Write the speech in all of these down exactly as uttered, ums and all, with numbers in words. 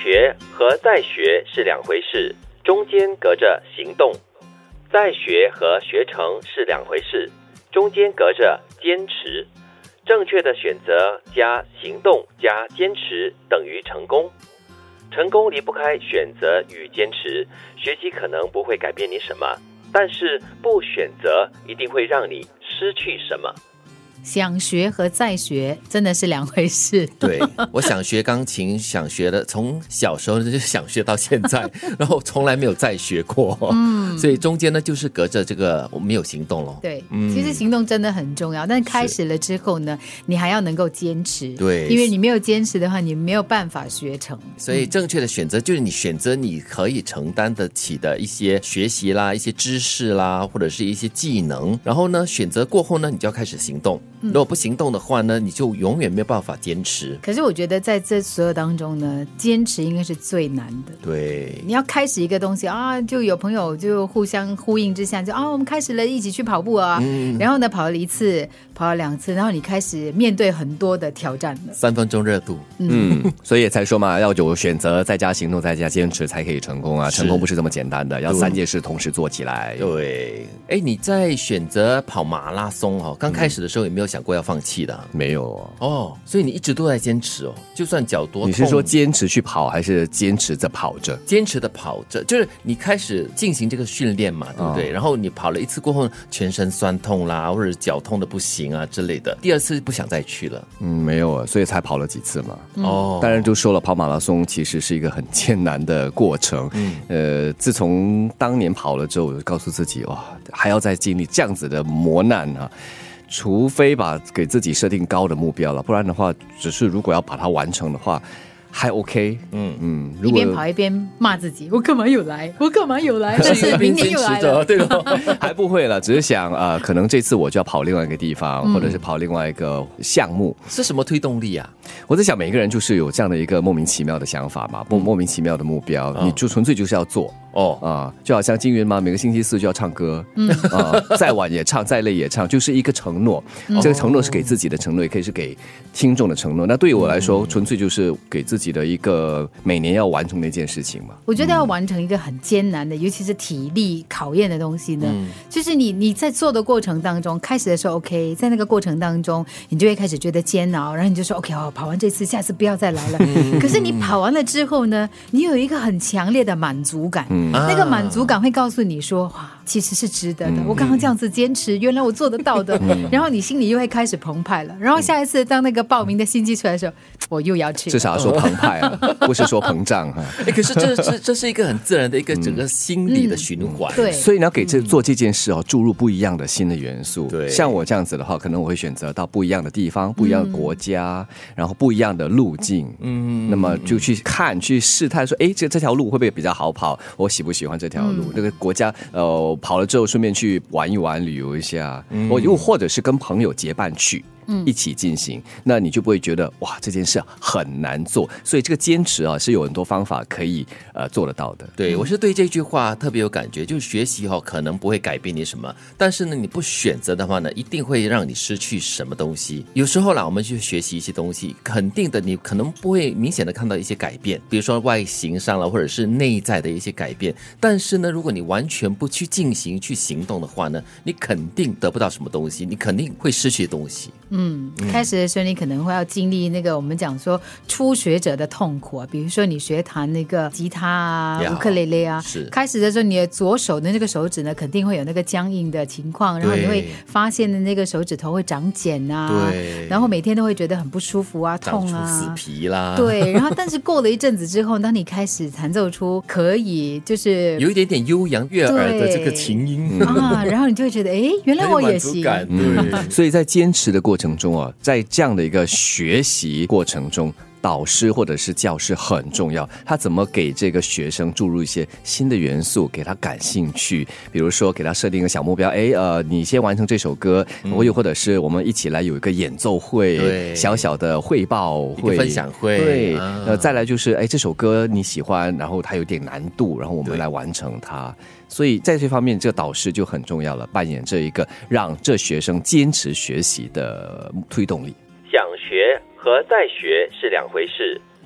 学和在学是两回事，中间隔着行动；在学和学成是两回事，中间隔着坚持。正确的选择加行动加坚持等于成功。成功离不开选择与坚持，学习可能不会改变你什么，但是不选择一定会让你失去什么。 想学和在学真的是两回事。 对，我想学钢琴，想学的从小时候就想学到现在，然后从来没有再学过。嗯，所以中间呢就是隔着这个我没有行动咯。 对、嗯，其实行动真的很重要，但开始了之后呢，你还要能够坚持。 对， 因为你没有坚持的话，你没有办法学成。 所以正确的选择就是你选择你可以承担得起的一些学习啦、一些知识啦，或者是一些技能。然后呢，选择过后呢，你就要开始行动。如果不行动的话呢，你就永远没有办法坚持。 可是我觉得在这所有当中呢，坚持应该是最难的。 对， 你要开始一个东西啊，就有朋友就互相呼应之下，就啊，我们开始了一起去跑步啊、嗯、然后呢跑了一次，跑了两次，然后你开始面对很多的挑战了。 三分钟热度。 嗯，所以才说嘛，要有选择再加行动再加坚持才可以成功啊，成功不是这么简单的，要三件事同时做起来。 对，哎，你在选择跑马拉松哦，刚开始的时候有没有想过要放弃的、啊嗯、没有哦。 哦，所以你一直都在坚持哦，就算脚多痛。 你是说坚持去跑还是坚持着跑着？ 坚持的跑着，就是你开始进行这个训练嘛，对不对、哦、然后你跑了一次过后全身酸痛啦，或者脚痛的不行啊之类的，第二次不想再去了。 嗯，没有啊，所以才跑了几次嘛。 哦， 当然就说了，跑马拉松其实是一个很艰难的过程。嗯，呃，自从当年跑了之后，我就告诉自己，哇，还要再经历这样子的磨难啊。除非把给自己设定高的目标了，不然的话，只是如果要把它完成的话，还 OK。嗯嗯，一边跑一边骂自己，我干嘛又来？我干嘛又来？但是明天又来了， 对咯，还不会了，只是想呃，可能这次我就要跑另外一个地方，嗯、或者是跑另外一个项目。 是什么推动力啊？ 我在想，每个人就是有这样的一个莫名其妙的想法嘛，莫、嗯、莫名其妙的目标，哦、你就纯粹就是要做。哦啊，就好像金云嘛，每个星期四就要唱歌，嗯啊，再晚也唱，再累也唱，就是一个承诺。嗯、这个承诺是给自己的承诺，也可以是给听众的承诺。那对于我来说，嗯、纯粹就是给自己的一个每年要完成的一件事情嘛。 我觉得要完成一个很艰难的，尤其是体力考验的东西呢，嗯、就是你你在做的过程当中，开始的时候 OK， 在那个过程当中，你就会开始觉得煎熬，然后你就说 OK， 哦，跑完这次，下次不要再来了。嗯、可是你跑完了之后呢，你有一个很强烈的满足感。嗯那个满足感会告诉你说，哇，其实是值得的。嗯、我刚刚这样子坚持，原来我做得到的。嗯、然后你心里又会开始澎湃了。然后下一次当那个报名的信息出来的时候，我又要去。 至少要说澎湃啊，不是说膨胀哈。 哎，可是这是这是一个很自然的一个整个心理的循环。嗯、 对， 所以你要给这做这件事哦，注入不一样的新的元素。 对， 像我这样子的话，可能我会选择到不一样的地方、不一样的国家，嗯、然后不一样的路径。嗯，那么就去看、去试探，说，哎，这这条路会不会比较好跑？我喜不喜欢这条路？嗯、那个国家，呃，跑了之后顺便去玩一玩、旅游一下，嗯、我又或者是跟朋友结伴去。一起进行，那你就不会觉得哇这件事很难做，所以这个坚持啊是有很多方法可以呃做得到的。 对，我是对这句话特别有感觉，就是学习哈可能不会改变你什么，但是呢你不选择的话呢，一定会让你失去什么东西。有时候啦，我们去学习一些东西，肯定的你可能不会明显的看到一些改变，比如说外形上了，或者是内在的一些改变。但是呢，如果你完全不去进行去行动的话呢，你肯定得不到什么东西，你肯定会失去东西。 嗯，开始的时候你可能会要经历那个我们讲说初学者的痛苦啊，比如说你学弹那个吉他啊、乌克丽丽啊，是开始的时候你的左手的那个手指呢肯定会有那个僵硬的情况，然后你会发现的那个手指头会长茧啊，对，然后每天都会觉得很不舒服啊、痛啊， 长出死皮啦， 对，然后但是过了一阵子之后，当你开始弹奏出可以就是有一点点悠扬悦耳的这个琴音啊，然后你就会觉得哎，原来我也行， 对，所以在坚持的过程中啊，在这样的一个学习过程中，导师或者是教师很重要，他怎么给这个学生注入一些新的元素，给他感兴趣，比如说给他设定一个小目标，哎，呃，你先完成这首歌，或又、嗯、或者是我们一起来有一个演奏会，小小的汇报会、 分享会， 对，啊、呃，再来就是哎，这首歌你喜欢，然后它有点难度，然后我们来完成它。所以在这方面，这个导师就很重要了，扮演这一个让这学生坚持学习的推动力。 想学和在学是两回事，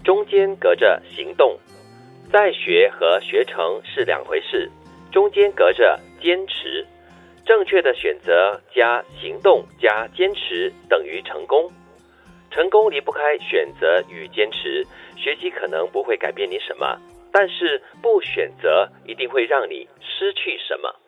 中间隔着行动。在学和学成是两回事，中间隔着坚持。正确的选择加行动加坚持等于成功。成功离不开选择与坚持，学习可能不会改变你什么，但是不选择一定会让你失去什么。